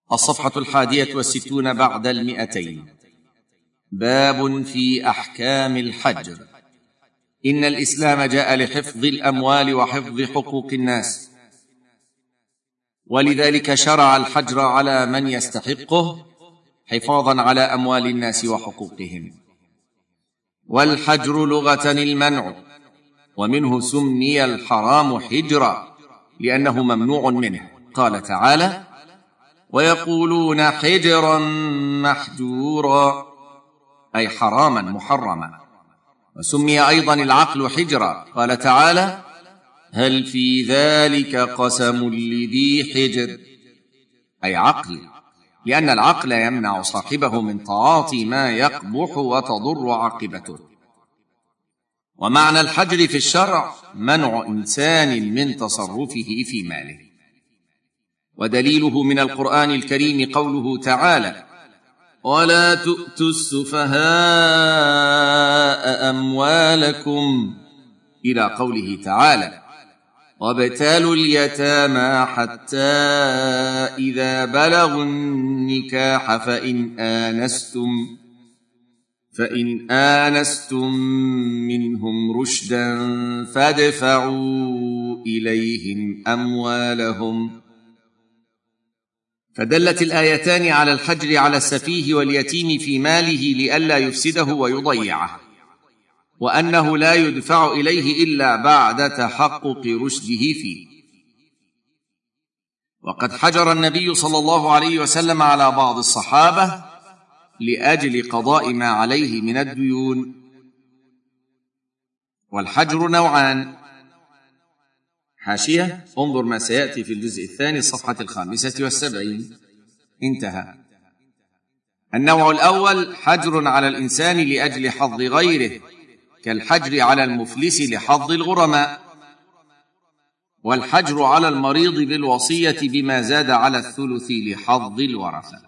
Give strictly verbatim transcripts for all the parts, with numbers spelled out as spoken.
الصفحة الحادية والستون بعد المئتين. باب في أحكام الحجر. إن الإسلام جاء لحفظ الأموال وحفظ حقوق الناس، ولذلك شرع الحجر على من يستحقه حفاظا على أموال الناس وحقوقهم. والحجر لغة المنع، ومنه سمي الحرام حجرا لأنه ممنوع منه. قال تعالى: ويقولون حجرا محجورا، أي حراما محرما. وسمي أيضا العقل حجرا، قال تعالى: هل في ذلك قسم لذي حجر، أي عقل، لأن العقل يمنع صاحبه من تعاطي ما يقبح وتضر عاقبته. ومعنى الحجر في الشرع منع إنسان من تصرفه في ماله. ودليله من القرآن الكريم قوله تعالى: ولا تؤتوا السفهاء أموالكم، إلى قوله تعالى: وابتلوا اليتامى حتى إذا بلغوا النكاح فإن آنستم فإن آنستم منهم رشدا فادفعوا إليهم أموالهم. فدلت الآيتان على الحجر على السفيه واليتيم في ماله لئلا يفسده ويضيعه، وأنه لا يدفع إليه إلا بعد تحقق رشده فيه. وقد حجر النبي صلى الله عليه وسلم على بعض الصحابة لأجل قضاء ما عليه من الديون. والحجر نوعان. حاشية: انظر ما سيأتي في الجزء الثاني الصفحة الخامسة والسبعين. انتهى. النوع الأول حجر على الإنسان لأجل حظ غيره، كالحجر على المفلس لحظ الغرماء، والحجر على المريض بالوصية بما زاد على الثلث لحظ الورثة.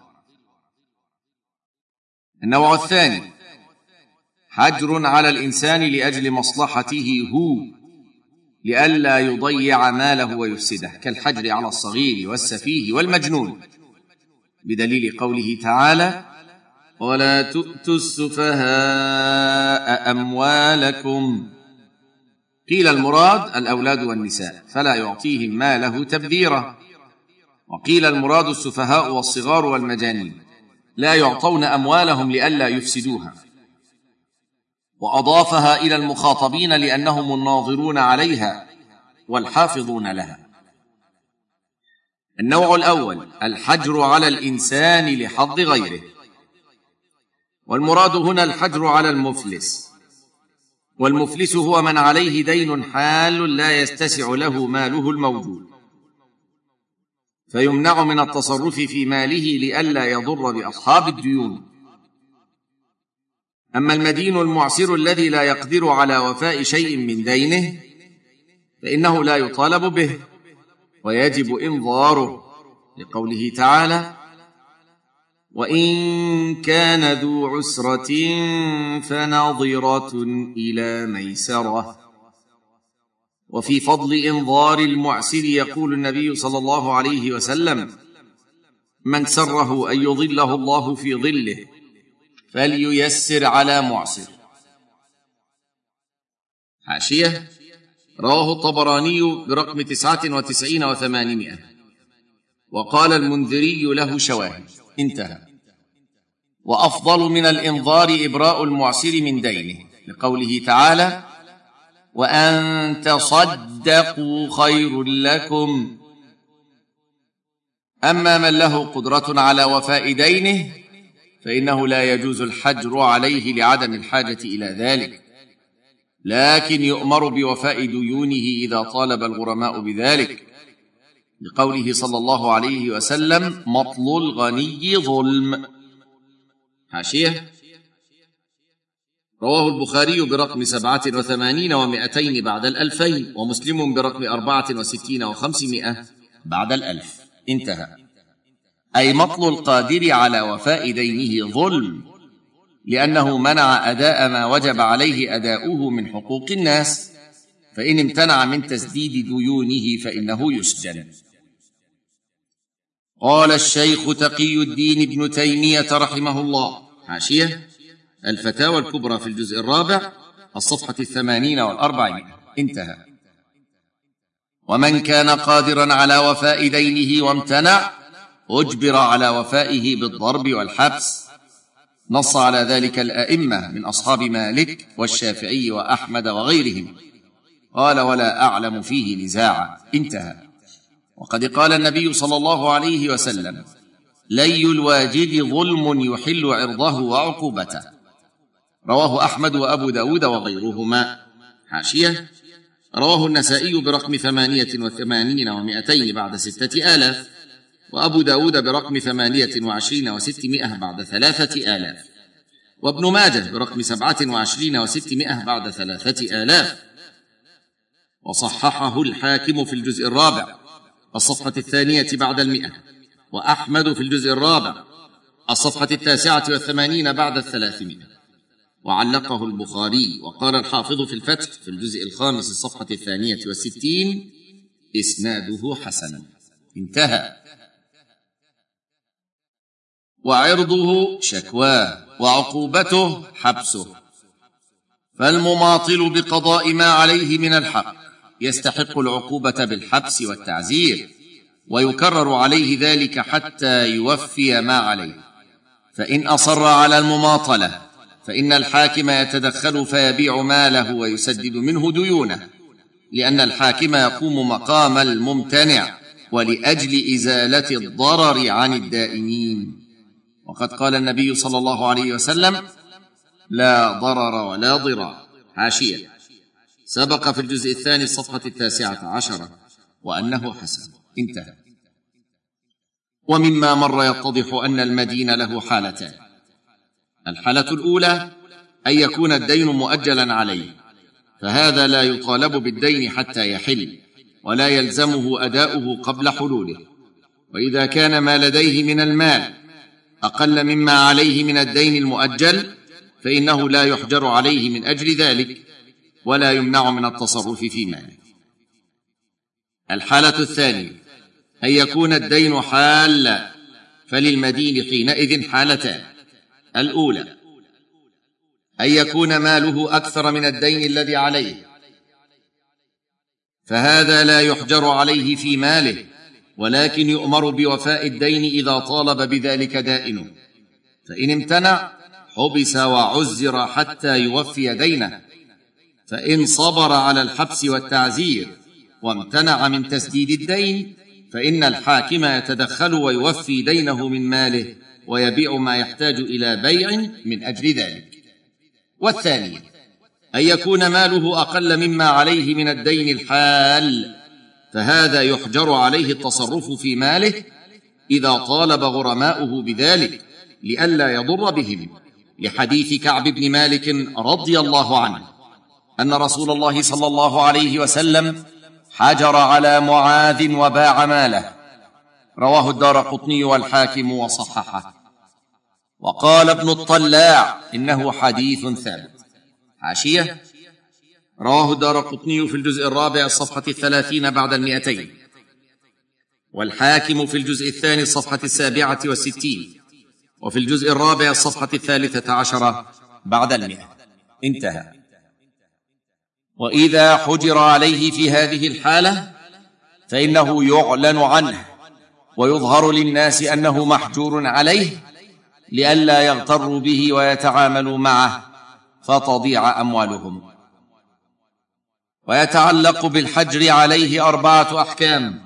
النوع الثاني حجر على الإنسان لأجل مصلحته هو، لئلا يضيع ماله ويفسده، كالحجر على الصغير والسفيه والمجنون، بدليل قوله تعالى: ولا تؤتوا السفهاء أموالكم. قيل المراد الأولاد والنساء فلا يعطيهم ماله تبذيرا، وقيل المراد السفهاء والصغار والمجانين لا يعطون أموالهم لئلا يفسدوها، وأضافها إلى المخاطبين لأنهم الناظرون عليها والحافظون لها. النوع الأول الحجر على الإنسان لحظ غيره، والمراد هنا الحجر على المفلس. والمفلس هو من عليه دين حال لا يستسع له ماله الموجود، فيمنع من التصرف في ماله لئلا يضر بأصحاب الديون. أما المدين المعسر الذي لا يقدر على وفاء شيء من دينه فإنه لا يطالب به ويجب إنظاره، لقوله تعالى: وإن كان ذو عسرة فنظرة إلى ميسرة. وفي فضل إنظار المعسر يقول النبي صلى الله عليه وسلم: من سره أن يظله الله في ظله فلييسر على معسر. حاشية: رواه الطبراني برقم تسعة وتسعين وثمانمائة، وقال المنذري له شواهد. انتهى. وأفضل من الإنظار إبراء المعسر من دينه، لقوله تعالى: وأن تصدقوا خير لكم. أما من له قدرة على وفاء دينه فإنه لا يجوز الحجر عليه لعدم الحاجة إلى ذلك، لكن يؤمر بوفاء ديونه إذا طالب الغرماء بذلك، لقوله صلى الله عليه وسلم: مطل الغني ظلم. حاشية: رواه البخاري برقم سبعة وثمانين ومائتين بعد الألفين، ومسلم برقم أربعة وستين وخمسمائة بعد الألف. انتهى. أي مطل القادر على وفاء دينه ظلم، لأنه منع أداء ما وجب عليه أداؤه من حقوق الناس، فإن امتنع من تسديد ديونه فإنه يسجن. قال الشيخ تقي الدين ابن تيمية رحمه الله، حاشية: الفتاوى الكبرى في الجزء الرابع الصفحة الثمانين والأربعين، انتهى. ومن كان قادرا على وفاء دينه وامتنع أجبر على وفائه بالضرب والحبس. نص على ذلك الأئمة من أصحاب مالك والشافعي وأحمد وغيرهم. قال: ولا أعلم فيه نزاعا، انتهى. وقد قال النبي صلى الله عليه وسلم: لي الواجد ظلم يحل عرضه وعقوبته. رواه أحمد وأبو داود وغيرهما، حاشية: رواه النسائي برقم ثمانية وثمانين ومائتين بعد ستة آلاف، وأبو داود برقم ثمانية وعشرين وستمائة بعد ثلاثة آلاف، وابن ماجه برقم سبعة وعشرين وستمائة بعد ثلاثة آلاف. وصححه الحاكم في الجزء الرابع الصفحة الثانية بعد المئة، وأحمد في الجزء الرابع الصفحة التاسعة والثمانين بعد الثلاثمائة، وعلقه البخاري. وقال الحافظ في الفتح في الجزء الخامس الصفحة الثانية والستين: إسناده حسن، انتهى. وعرضه شكواه، وعقوبته حبسه. فالمماطل بقضاء ما عليه من الحق يستحق العقوبة بالحبس والتعزير، ويكرر عليه ذلك حتى يوفي ما عليه. فإن أصر على المماطلة فإن الحاكم يتدخل فيبيع ماله ويسدد منه ديونه، لأن الحاكم يقوم مقام الممتنع ولأجل إزالة الضرر عن الدائنين. وقد قال النبي صلى الله عليه وسلم: لا ضرر ولا ضرار، حاشية: سبق في الجزء الثاني الصفحة التاسعة عشرة، وأنه حسن، انتهى. ومما مر يتضح أن المدين له حالتان: الحالة الأولى أن يكون الدين مؤجلا عليه، فهذا لا يطالب بالدين حتى يحل، ولا يلزمه أداؤه قبل حلوله. وإذا كان ما لديه من المال أقل مما عليه من الدين المؤجل فإنه لا يحجر عليه من أجل ذلك، ولا يمنع من التصرف في ماله. الحالة الثانية أن يكون الدين حالا، فللمدين حينئذ حالتان: الأولى أن يكون ماله أكثر من الدين الذي عليه، فهذا لا يحجر عليه في ماله، ولكن يؤمر بوفاء الدين إذا طالب بذلك دائنه، فإن امتنع حبس وعزر حتى يوفي دينه. فإن صبر على الحبس والتعزير وامتنع من تسديد الدين فإن الحاكم يتدخل ويوفي دينه من ماله، ويبيع ما يحتاج إلى بيع من أجل ذلك. والثانية أن يكون ماله أقل مما عليه من الدين الحال، فهذا يحجر عليه التصرف في ماله إذا طالب غرماؤه بذلك لئلا يضر بهم، لحديث كعب بن مالك رضي الله عنه أن رسول الله صلى الله عليه وسلم حجر على معاذ وباع ماله. رواه الدارقطني والحاكم وصححه. وقال ابن الطلاع إنه حديث ثابت، حاشية: رواه الدارقطني في الجزء الرابع الصفحة الثلاثين بعد المئتين، والحاكم في الجزء الثاني الصفحة السابعة والستين، وفي الجزء الرابع الصفحة الثالثة عشرة بعد المئة، انتهى. وإذا حجر عليه في هذه الحالة فإنه يعلن عنه ويظهر للناس أنه محجور عليه، لئلا يغتروا به ويتعاملوا معه فتضيع أموالهم. ويتعلق بالحجر عليه أربعة أحكام.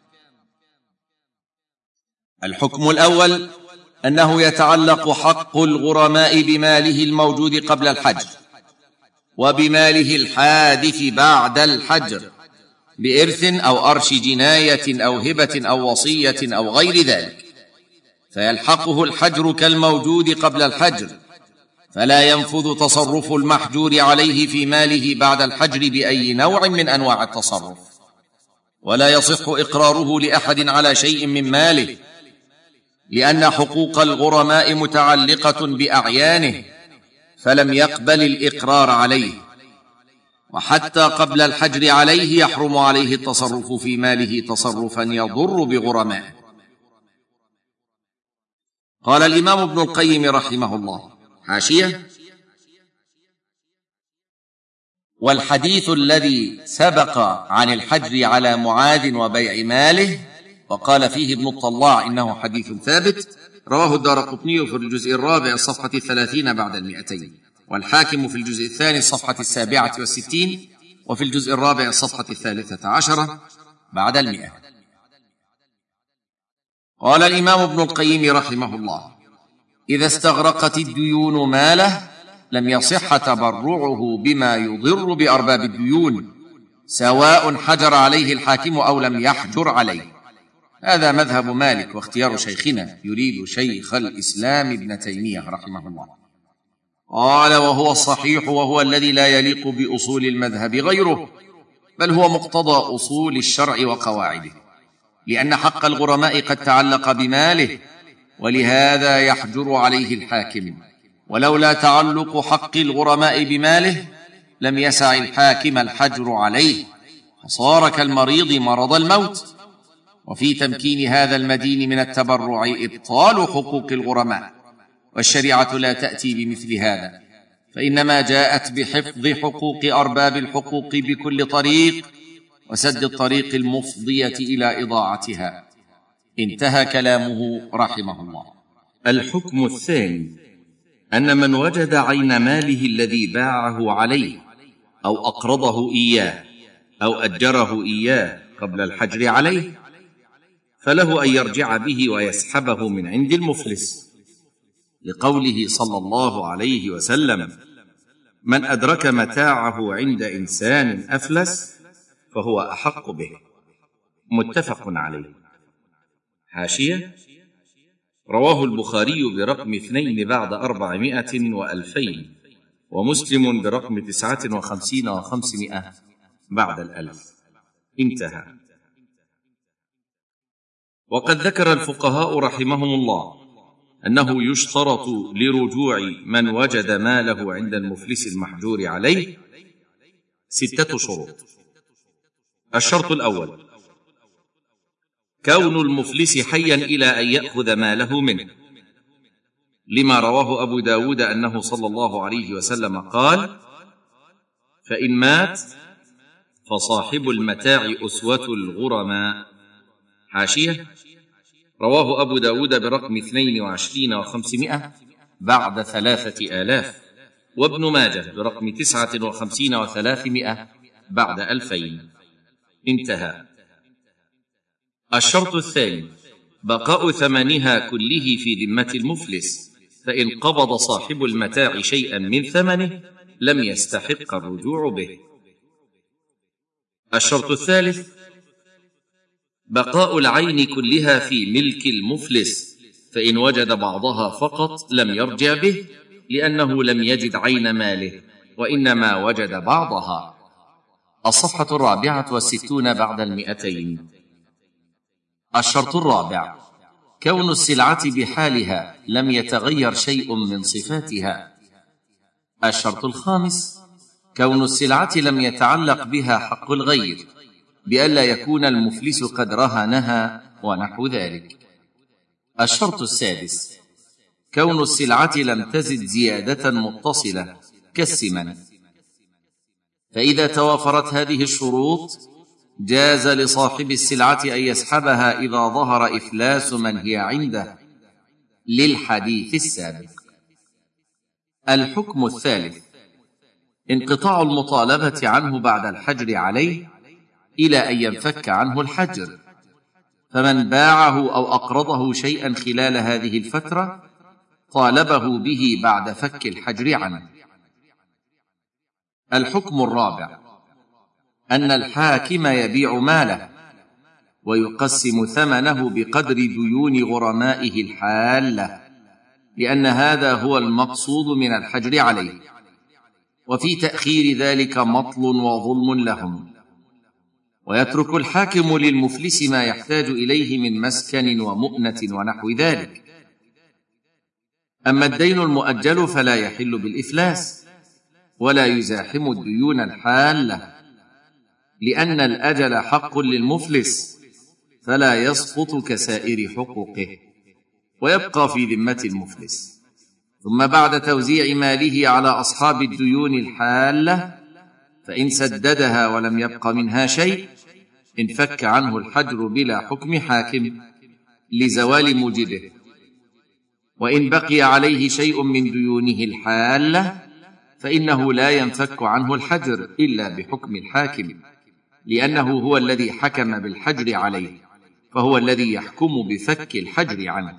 الحكم الأول أنه يتعلق حق الغرماء بماله الموجود قبل الحجر، وبماله الحادث بعد الحجر، بإرث أو أرش جناية أو هبة أو وصية أو غير ذلك، فيلحقه الحجر كالموجود قبل الحجر، فلا ينفذ تصرف المحجور عليه في ماله بعد الحجر بأي نوع من أنواع التصرف، ولا يصح إقراره لأحد على شيء من ماله، لأن حقوق الغرماء متعلقة بأعيانه، فلم يقبل الإقرار عليه. وحتى قبل الحجر عليه يحرم عليه التصرف في ماله تصرفا يضر بغرمائه. قال الإمام ابن القيم رحمه الله: حاشية: والحديث الذي سبق عن الحجر على معاذ وبيع ماله وقال فيه ابن الطلاع إنه حديث ثابت، رواه الدارقطني في الجزء الرابع الصفحة الثلاثين بعد المئتين، والحاكم في الجزء الثاني الصفحة السابعة والستين، وفي الجزء الرابع الصفحة الثالثة عشرة بعد المئة. قال الإمام ابن القيم رحمه الله: إذا استغرقت الديون ماله لم يصح تبرعه بما يضر بأرباب الديون، سواء حجر عليه الحاكم أو لم يحجر عليه. هذا مذهب مالك واختيار شيخنا، يريد شيخ الإسلام ابن تيمية رحمه الله. قال: وهو الصحيح، وهو الذي لا يليق بأصول المذهب غيره، بل هو مقتضى أصول الشرع وقواعده، لأن حق الغرماء قد تعلق بماله، ولهذا يحجر عليه الحاكم. ولولا تعلق حق الغرماء بماله لم يسع الحاكم الحجر عليه، فصار كالمريض مرض الموت. وفي تمكين هذا المدين من التبرع إبطال حقوق الغرماء، والشريعة لا تأتي بمثل هذا، فإنما جاءت بحفظ حقوق أرباب الحقوق بكل طريق، وسد الطريق المفضية إلى إضاعتها. انتهى كلامه رحمه الله. الحكم الثاني: أن من وجد عين ماله الذي باعه عليه أو أقرضه إياه أو أجره إياه قبل الحجر عليه، فله أن يرجع به ويسحبه من عند المفلس، لقوله صلى الله عليه وسلم: من أدرك متاعه عند إنسان أفلس فهو أحق به. متفق عليه. حاشية: رواه البخاري برقم اثنين بعد أربعمائة وألفين، ومسلم برقم تسعة وخمسين وخمسمائة بعد الألف. انتهى. وقد ذكر الفقهاء رحمهم الله أنه يشترط لرجوع من وجد ماله عند المفلس المحجور عليه ستة شروط. الشرط الأول: كون المفلس حيا إلى أن يأخذ ماله منه، لما رواه أبو داود أنه صلى الله عليه وسلم قال: فإن مات فصاحب المتاع أسوة الغرماء. حاشية: رواه أبو داود برقم اثنين وعشرين وخمسمائة بعد ثلاثة آلاف، وابن ماجه برقم تسعة وخمسين وثلاثمائة بعد ألفين. انتهى. الشرط الثاني: بقاء ثمنها كله في ذمة المفلس، فإن قبض صاحب المتاع شيئا من ثمنه لم يستحق الرجوع به. الشرط الثالث: بقاء العين كلها في ملك المفلس، فإن وجد بعضها فقط لم يرجع به، لأنه لم يجد عين ماله، وإنما وجد بعضها. الصفحة الرابعة والستون بعد المئتين. الشرط الرابع: كون السلعة بحالها لم يتغير شيء من صفاتها. الشرط الخامس: كون السلعة لم يتعلق بها حق الغير، بألا يكون المفلس قد رهنها ونحو ذلك. الشرط السادس: كون السلعة لم تزد زيادة متصلة كالثمن. فإذا توافرت هذه الشروط جاز لصاحب السلعة أن يسحبها إذا ظهر إفلاس من هي عنده، للحديث السابق. الحكم الثالث: انقطاع المطالبة عنه بعد الحجر عليه إلى أن ينفك عنه الحجر، فمن باعه أو أقرضه شيئا خلال هذه الفترة طالبه به بعد فك الحجر عنه. الحكم الرابع: أن الحاكم يبيع ماله ويقسم ثمنه بقدر ديون غرمائه الحالة، لأن هذا هو المقصود من الحجر عليه، وفي تأخير ذلك مطل وظلم لهم. ويترك الحاكم للمفلس ما يحتاج إليه من مسكن ومؤنة ونحو ذلك. أما الدين المؤجل فلا يحل بالإفلاس، ولا يزاحم الديون الحالة، لأن الأجل حق للمفلس فلا يسقط كسائر حقوقه. ويبقى في ذمة المفلس. ثم بعد توزيع ماله على أصحاب الديون الحالة فإن سددها ولم يبق منها شيء انفك عنه الحجر بلا حكم حاكم لزوال موجبه. وإن بقي عليه شيء من ديونه الحالة فإنه لا ينفك عنه الحجر إلا بحكم الحاكم، لأنه هو الذي حكم بالحجر عليه، فهو الذي يحكم بفك الحجر عنه.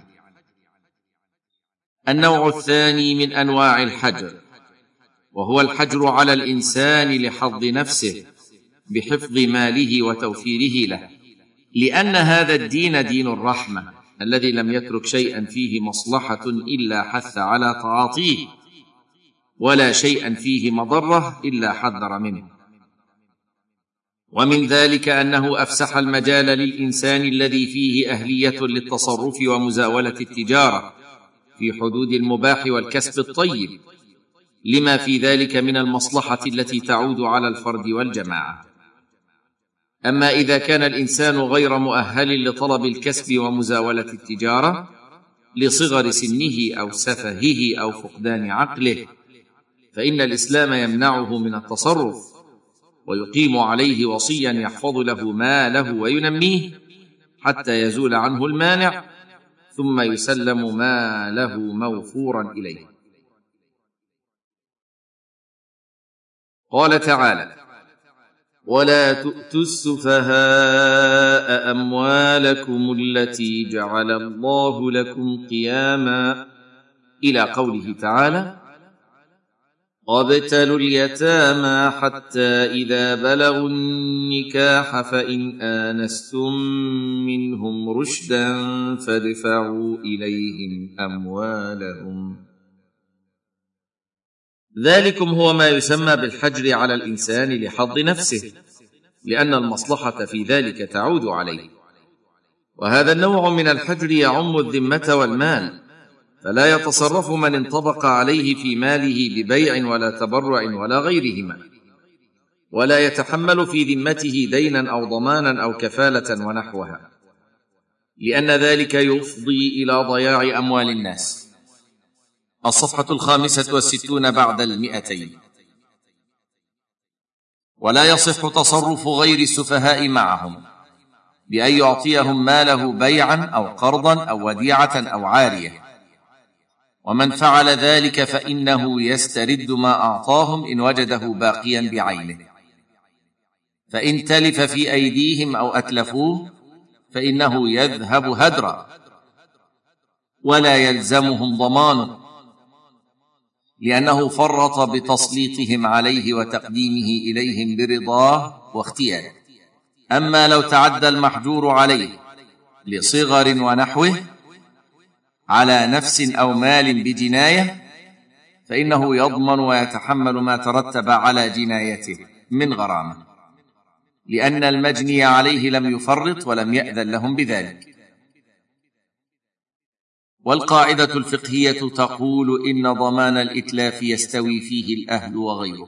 النوع الثاني من أنواع الحجر وهو الحجر على الإنسان لحظ نفسه بحفظ ماله وتوفيره له، لأن هذا الدين دين الرحمة الذي لم يترك شيئا فيه مصلحة إلا حث على تعاطيه، ولا شيئا فيه مضرة إلا حذر منه. ومن ذلك أنه أفسح المجال للإنسان الذي فيه أهلية للتصرف ومزاولة التجارة في حدود المباح والكسب الطيب، لما في ذلك من المصلحة التي تعود على الفرد والجماعة. أما إذا كان الإنسان غير مؤهل لطلب الكسب ومزاولة التجارة لصغر سنه أو سفهه أو فقدان عقله، فإن الإسلام يمنعه من التصرف ويقيم عليه وصيا يحفظ له ماله وينميه حتى يزول عنه المانع، ثم يسلم ماله موفورا إليه. قال تعالى: ولا تؤتوا السفهاء أموالكم التي جعل الله لكم قياما، إلى قوله تعالى: وابتلوا اليتامى حتى إذا بلغوا النكاح فإن آنستم منهم رشدا فادفعوا إليهم أموالهم. ذلكم هو ما يسمى بالحجر على الإنسان لحظ نفسه، لأن المصلحة في ذلك تعود عليه. وهذا النوع من الحجر يعم الذمة والمال، فلا يتصرف من انطبق عليه في ماله ببيع ولا تبرع ولا غيرهما، ولا يتحمل في ذمته دينا أو ضمانا أو كفالة ونحوها، لأن ذلك يفضي إلى ضياع أموال الناس. الصفحة الخامسة والستون بعد المئتين. ولا يصح تصرف غير السفهاء معهم بأن يعطيهم ماله بيعا أو قرضا أو وديعة أو عارية، ومن فعل ذلك فإنه يسترد ما أعطاهم إن وجده باقيا بعينه، فإن تلف في أيديهم أو أتلفوه فإنه يذهب هدرا ولا يلزمهم ضمانه، لأنه فرط بتسليطهم عليه وتقديمه إليهم برضاه واختياره. أما لو تعدى المحجور عليه لصغر ونحوه على نفس أو مال بجناية فإنه يضمن ويتحمل ما ترتب على جنايته من غرامة، لأن المجني عليه لم يفرط ولم يأذن لهم بذلك. والقاعدة الفقهية تقول إن ضمان الإتلاف يستوي فيه الأهل وغيره.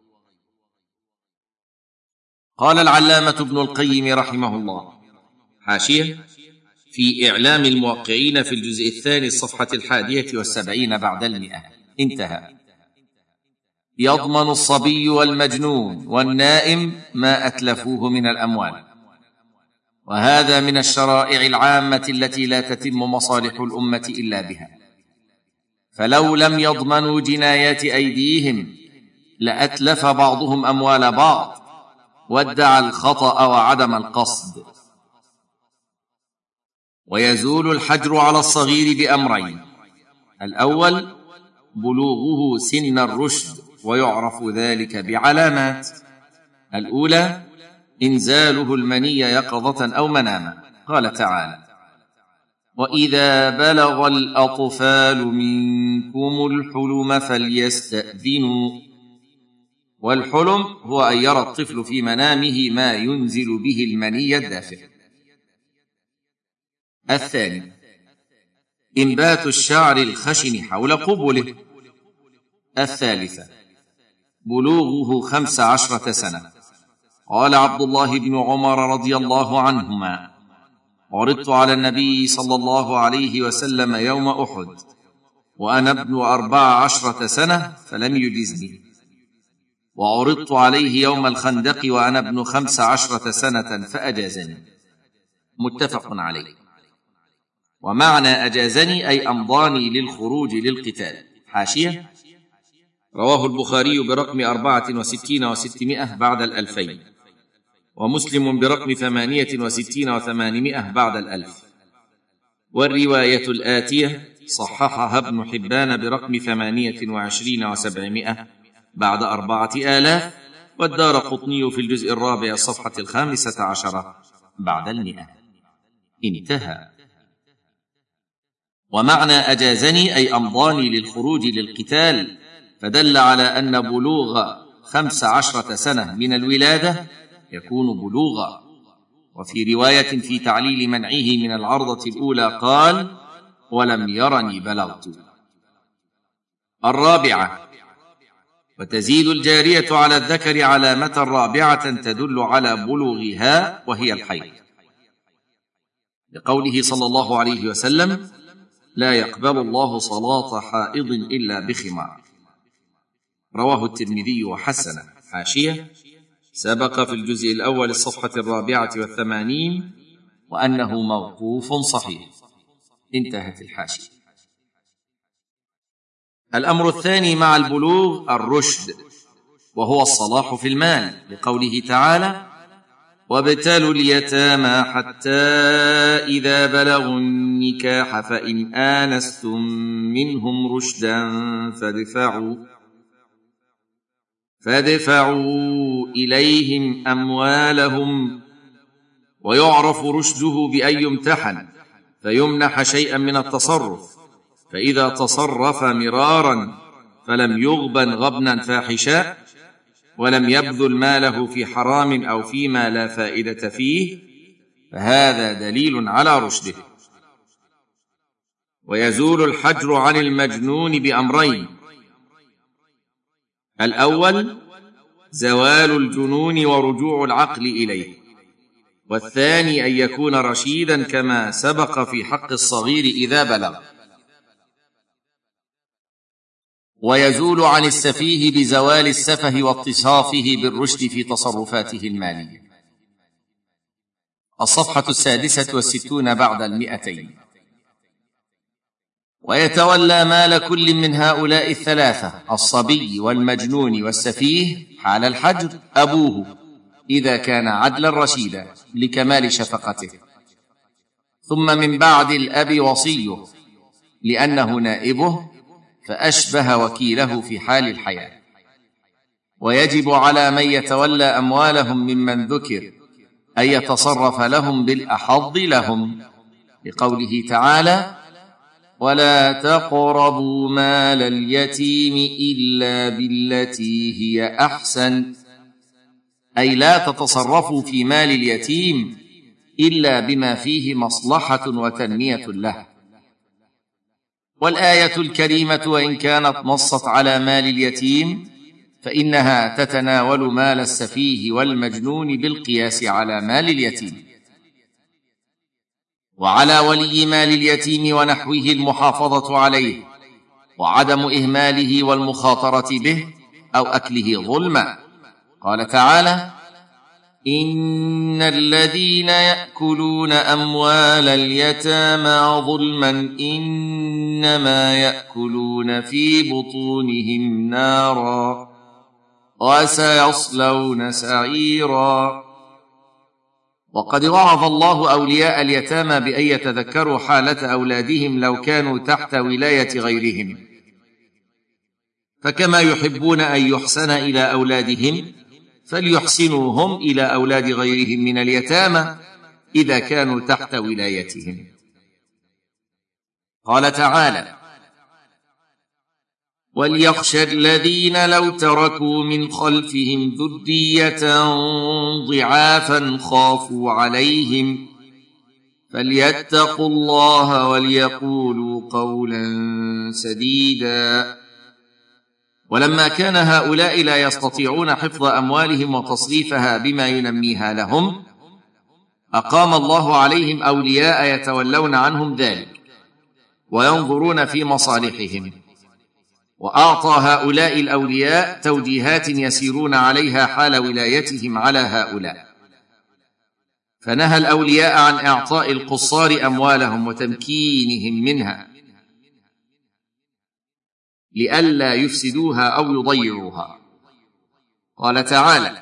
قال العلامة ابن القيم رحمه الله، حاشية في إعلام الموقعين في الجزء الثاني الصفحة الحادية والسبعين بعد المئة، انتهى: يضمن الصبي والمجنون والنائم ما أتلفوه من الأموال، وهذا من الشرائع العامة التي لا تتم مصالح الأمة إلا بها، فلو لم يضمنوا جنايات أيديهم لأتلف بعضهم أموال بعض وادعى الخطأ وعدم القصد. ويزول الحجر على الصغير بأمرين: الأول بلوغه سن الرشد، ويعرف ذلك بعلامات: الأولى إنزاله المني يقظة أو مناما، قال تعالى: وإذا بلغ الأطفال منكم الحلم فليستأذنوا. والحلم هو أن يرى الطفل في منامه ما ينزل به المني الدافئ. الثاني إنبات الشعر الخشن حول قبله. الثالثة بلوغه خمس عشرة سنة. قال عبد الله بن عمر رضي الله عنهما: عرضت على النبي صلى الله عليه وسلم يوم أحد وأنا ابن أربع عشرة سنة فلم يجزني، وعرضت عليه يوم الخندق وأنا ابن خمس عشرة سنة فأجازني. متفق عليه. ومعنى أجازني أي أمضاني للخروج للقتال. حاشية: رواه البخاري برقم أربعة وستين وستمائة بعد الألفين، ومسلم برقم ثمانية وستين وثمانمائة بعد الألف. والرواية الآتية صححها ابن حبان برقم ثمانية وعشرين وسبعمائة بعد أربعة آلاف، والدارقطني في الجزء الرابع الصفحة الخامسة عشرة بعد المئة. انتهى. ومعنى أجازني أي أمضاني للخروج للقتال، فدل على أن بلوغ خمس عشرة سنة من الولادة يكون بلوغا. وفي رواية في تعليل منعه من العرضة الأولى قال: ولم يرني بلغت. الرابعة: وتزيد الجارية على الذكر علامة رابعة تدل على بلوغها وهي الحيض، لقوله صلى الله عليه وسلم: لا يقبل الله صلاة حائض إلا بخمار. رواه الترمذي وحسنه. حاشية: سبق في الجزء الأول الصفحة الرابعة والثمانين وأنه موقوف صحيح. انتهت الحاشية. الأمر الثاني مع البلوغ الرشد، وهو الصلاح في المال، لقوله تعالى: وابتلوا اليتامى حتى إذا بلغوا النكاح فإن آنستم منهم رشدا فادفعوا فادفعوا إليهم أموالهم. ويعرف رشده بأن يمتحن فيمنح شيئا من التصرف، فإذا تصرف مرارا فلم يغبن غبنا فاحشا ولم يبذل ماله في حرام أو فيما لا فائدة فيه، فهذا دليل على رشده. ويزول الحجر عن المجنون بأمرين: الأول زوال الجنون ورجوع العقل إليه، والثاني أن يكون رشيدا كما سبق في حق الصغير إذا بلغ. ويزول عن السفيه بزوال السفه واتصافه بالرشد في تصرفاته المالية. الصفحة السادسة والستون بعد المئتين. ويتولى مال كل من هؤلاء الثلاثة، الصبي والمجنون والسفيه، حال الحجر أبوه إذا كان عدلا رشيدا لكمال شفقته، ثم من بعد الأب وصيه لأنه نائبه فأشبه وكيله في حال الحياة. ويجب على من يتولى أموالهم ممن ذكر أن يتصرف لهم بالأحظ لهم، لقوله تعالى: ولا تقربوا مال اليتيم إلا بالتي هي أحسن، أي لا تتصرفوا في مال اليتيم إلا بما فيه مصلحة وتنمية له. والآية الكريمة وإن كانت نصت على مال اليتيم فإنها تتناول مال السفيه والمجنون بالقياس على مال اليتيم. وعلى ولي مال اليتيم ونحوه المحافظة عليه وعدم إهماله والمخاطرة به أو أكله ظلما. قال تعالى: إن الذين يأكلون أموال اليتامى ظلما إنما يأكلون في بطونهم نارا وسيصلون سعيرا. وقد وعظ الله أولياء اليتامى بأن يتذكروا حالة أولادهم لو كانوا تحت ولاية غيرهم، فكما يحبون أن يحسن إلى أولادهم فليحسنوا هم إلى أولاد غيرهم من اليتامى إذا كانوا تحت ولايتهم. قال تعالى: وليخشى الذين لو تركوا من خلفهم ذرية ضعافا خافوا عليهم فليتقوا الله وليقولوا قولا سديدا. ولما كان هؤلاء لا يستطيعون حفظ أموالهم وتصريفها بما ينميها لهم، أقام الله عليهم أولياء يتولون عنهم ذلك وينظرون في مصالحهم، وأعطى هؤلاء الأولياء توجيهات يسيرون عليها حال ولايتهم على هؤلاء، فنهى الأولياء عن إعطاء القصار أموالهم وتمكينهم منها لئلا يفسدوها أو يضيعوها. قال تعالى: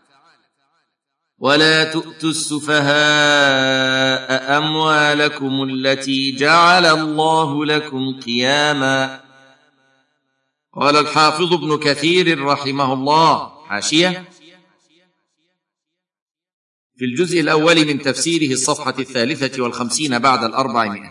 ولا تؤتوا السفهاء أموالكم التي جعل الله لكم قياما. قال الحافظ ابن كثير رحمه الله حاشية: في الجزء الأول من تفسيره الصفحة الثالثة والخمسين بعد الأربعمائة: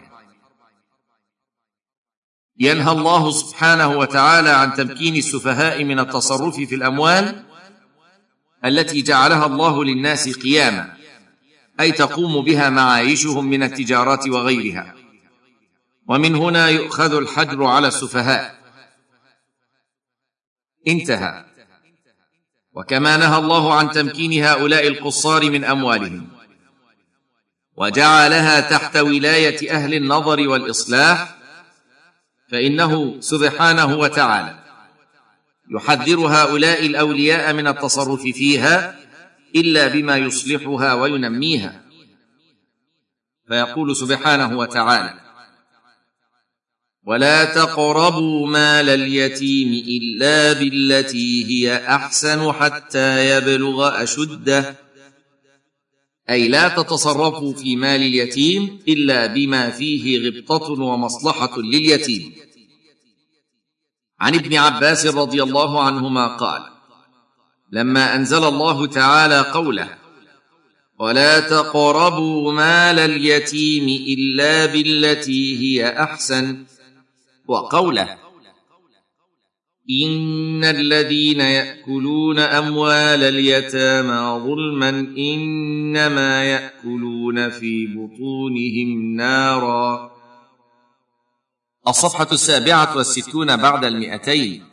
ينهى الله سبحانه وتعالى عن تمكين السفهاء من التصرف في الأموال التي جعلها الله للناس قياما، أي تقوم بها معايشهم من التجارات وغيرها، ومن هنا يؤخذ الحجر على السفهاء. انتهى. وكما نهى الله عن تمكين هؤلاء القصار من أموالهم وجعلها تحت ولاية أهل النظر والإصلاح، فإنه سبحانه وتعالى يحذر هؤلاء الأولياء من التصرف فيها إلا بما يصلحها وينميها، فيقول سبحانه وتعالى: ولا تقربوا مال اليتيم إلا بالتي هي أحسن حتى يبلغ أشده، أي لا تتصرفوا في مال اليتيم إلا بما فيه غبطة ومصلحة لليتيم. عن ابن عباس رضي الله عنهما قال: لما أنزل الله تعالى قوله: ولا تقربوا مال اليتيم إلا بالتي هي أحسن، وقوله: إن الذين يأكلون أموال اليتامى ظلما إنما يأكلون في بطونهم نارا. الصفحة السابعة والستون بعد المئتين: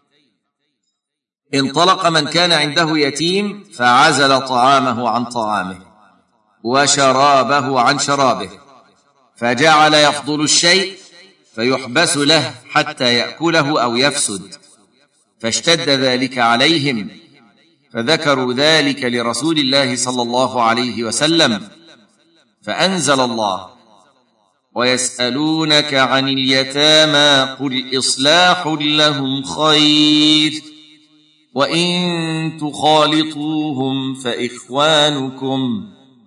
انطلق من كان عنده يتيم فعزل طعامه عن طعامه وشرابه عن شرابه، فجعل يفضل الشيء فيحبس له حتى يأكله أو يفسد، فاشتد ذلك عليهم، فذكروا ذلك لرسول الله صلى الله عليه وسلم، فأنزل الله: ويسألونك عن اليتامى قل إصلاح لهم خير وإن تخالطوهم فإخوانكم.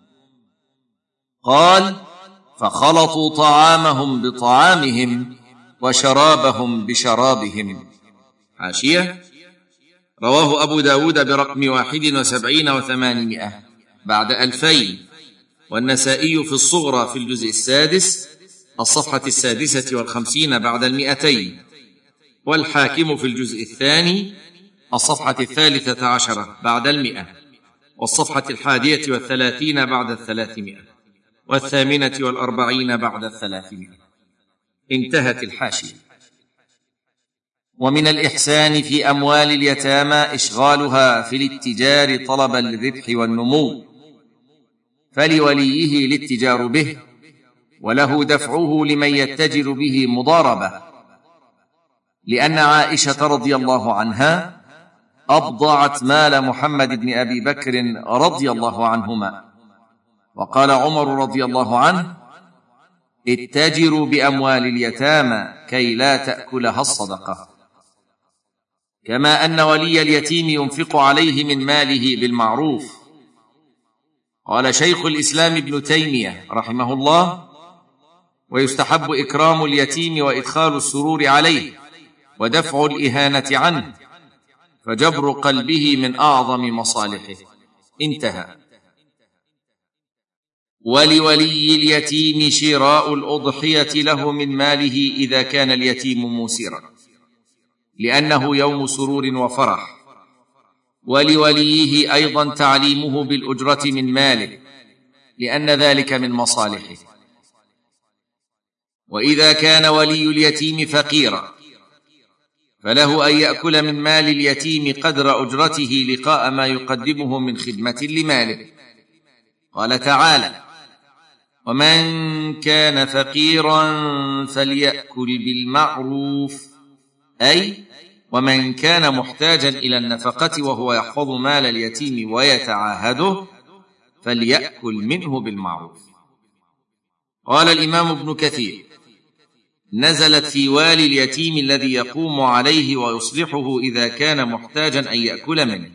قال: فخلطوا طعامهم بطعامهم وشرابهم بشرابهم. حاشية: رواه أبو داود برقم واحد وسبعين وثمانمائة بعد ألفين، والنسائي في الصغرى في الجزء السادس الصفحة السادسة والخمسين بعد المئتين، والحاكم في الجزء الثاني الصفحة الثالثة عشرة بعد المئة، والصفحة الحادية والثلاثين بعد الثلاثمائة، والثامنة والأربعين بعد الثلاثمائة. انتهت الحاشية. ومن الإحسان في أموال اليتامى إشغالها في الاتجار طلبا للربح والنمو، فلوليه الاتجار به، وله دفعه لمن يتجر به مضاربة، لأن عائشة رضي الله عنها أبضعت مال محمد بن أبي بكر رضي الله عنهما، وقال عمر رضي الله عنه: اتجروا بأموال اليتامى كي لا تأكلها الصدقة. كما أن ولي اليتيم ينفق عليه من ماله بالمعروف. قال شيخ الإسلام ابن تيمية رحمه الله: ويستحب إكرام اليتيم وإدخال السرور عليه ودفع الإهانة عنه، فجبر قلبه من أعظم مصالحه. انتهى. ولولي اليتيم شراء الأضحية له من ماله إذا كان اليتيم موسرا، لأنه يوم سرور وفرح، ولوليه أيضا تعليمه بالأجرة من ماله، لأن ذلك من مصالحه. وإذا كان ولي اليتيم فقيرا فله أن يأكل من مال اليتيم قدر أجرته لقاء ما يقدمه من خدمة لماله. قال تعالى: ومن كان فقيرا فليأكل بالمعروف، أي ومن كان محتاجا إلى النفقة وهو يحفظ مال اليتيم ويتعاهده فليأكل منه بالمعروف. قال الإمام ابن كثير: نزلت في والي اليتيم الذي يقوم عليه ويصلحه إذا كان محتاجا أن يأكل منه.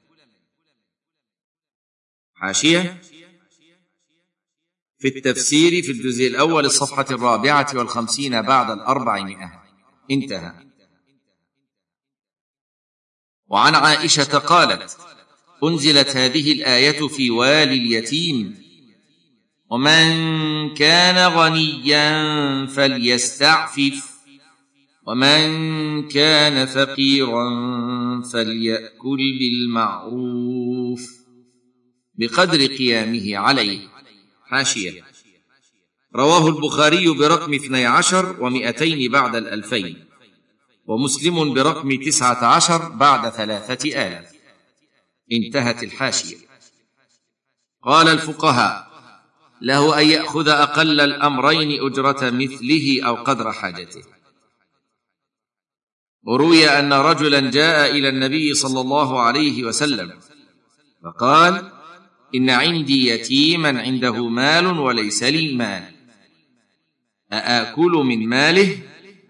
حاشية: في التفسير في الجزء الأول الصفحة الرابعة والخمسين بعد الأربعمائة. انتهى. وعن عائشة قالت: أنزلت هذه الآية في والي اليتيم: ومن كان غنيا فليستعفف ومن كان فقيرا فليأكل بالمعروف بقدر قيامه عليه. حاشية: رواه البخاري برقم اثني عشر ومئتين بعد الألفين، ومسلم برقم تسعة عشر بعد ثلاثة آلاف. انتهت الحاشية. قال الفقهاء: له أن يأخذ أقل الأمرين أجرة مثله أو قدر حاجته. وروي أن رجلا جاء إلى النبي صلى الله عليه وسلم فقال: إن عندي يتيما عنده مال وليس لي مال، أآكل من ماله؟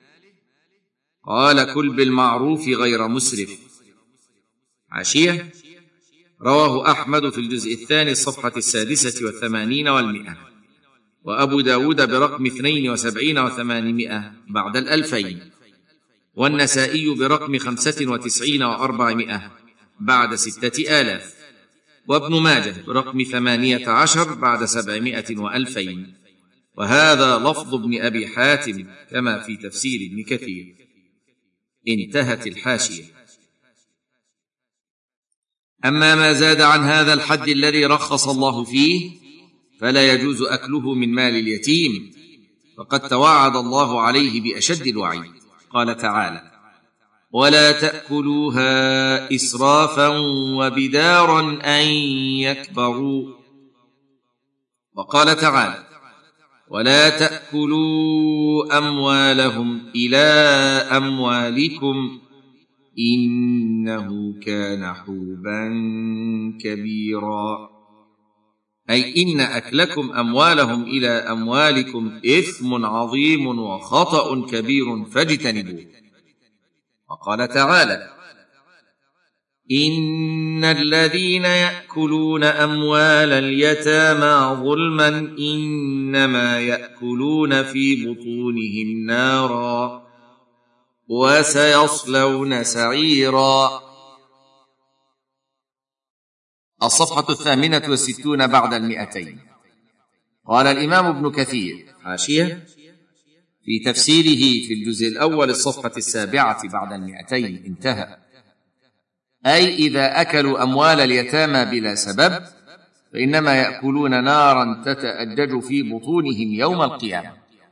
قال: كل بالمعروف غير مسرف. حاشية: رواه أحمد في الجزء الثاني الصفحة السادسة والثمانين والمئة، وأبو داود برقم اثنين وسبعين وثمانمائة بعد الألفين، والنسائي برقم خمسة وتسعين وأربعمائة بعد ستة آلاف، وابن ماجه برقم ثمانية عشر بعد سبعمائة وألفين. وهذا لفظ ابن أبي حاتم كما في تفسير ابن كثير. انتهت الحاشية. أما ما زاد عن هذا الحد الذي رخص الله فيه فلا يجوز أكله من مال اليتيم، فقد توعد الله عليه بأشد الوعيد. قال تعالى: ولا تأكلوها إسرافا وبدارا أن يكبروا. وقال تعالى: ولا تأكلوا أموالهم إلى أموالكم إنه كان حوبا كبيرا، أي إن أكلكم أموالهم إلى أموالكم إثم عظيم وخطأ كبير فاجتنبوه. وقال تعالى: إن الذين يأكلون أموال اليتامى ظلما إنما يأكلون في بطونهم نارا وسيصلون سعيرا. الصفحة الثامنة والستون بعد المئتين. قال الإمام ابن كثير: حاشية: في تفسيره في الجزء الأول الصفحة السابعة بعد المئتين. انتهى. أي إذا أكلوا أموال اليتامى بلا سبب فإنما يأكلون نارا تتأجج في بطونهم يوم القيامة.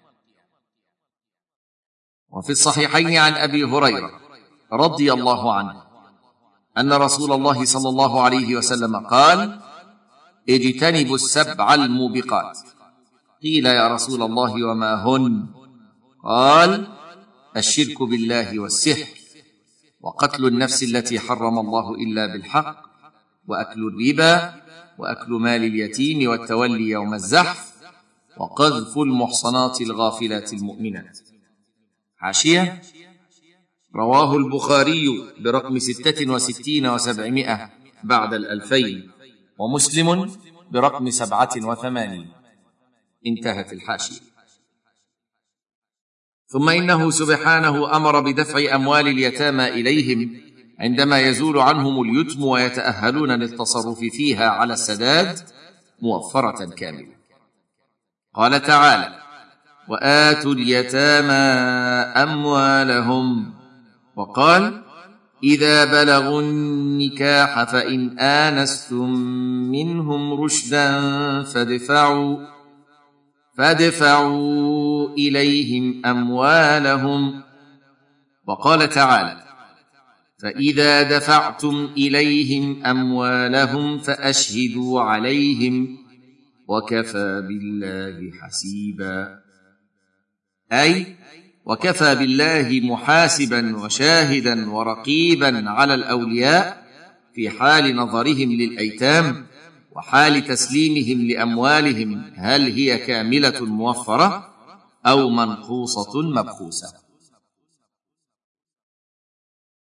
وفي الصحيحين عن أبي هريرة رضي الله عنه أن رسول الله صلى الله عليه وسلم قال: اجتنبوا السبع الموبقات. قيل: يا رسول الله وما هن؟ قال: الشرك بالله والسحر، وقتل النفس التي حرم الله إلا بالحق، وأكل الربا، وأكل مال اليتيم، والتولي يوم الزحف، وقذف المحصنات الغافلات المؤمنات. حاشية: رواه البخاري برقم ستة وستين وسبعمائة بعد الألفين، ومسلم برقم سبعة وثمانين. انتهت الحاشية. ثم إنه سبحانه أمر بدفع أموال اليتامى إليهم عندما يزول عنهم اليتم ويتأهلون للتصرف فيها على السداد موفرة كاملة. قال تعالى: وآتوا اليتامى أموالهم. وقال: إذا بلغوا النكاح فإن آنستم منهم رشدا فادفعوا فادفعوا إليهم أموالهم. وقال تعالى: فإذا دفعتم إليهم أموالهم فأشهدوا عليهم وكفى بالله حسيبا، أي وكفى بالله محاسبا وشاهدا ورقيبا على الأولياء في حال نظرهم للأيتام وحال تسليمهم لأموالهم، هل هي كاملة موفرة أو منقوصة مبخوسة.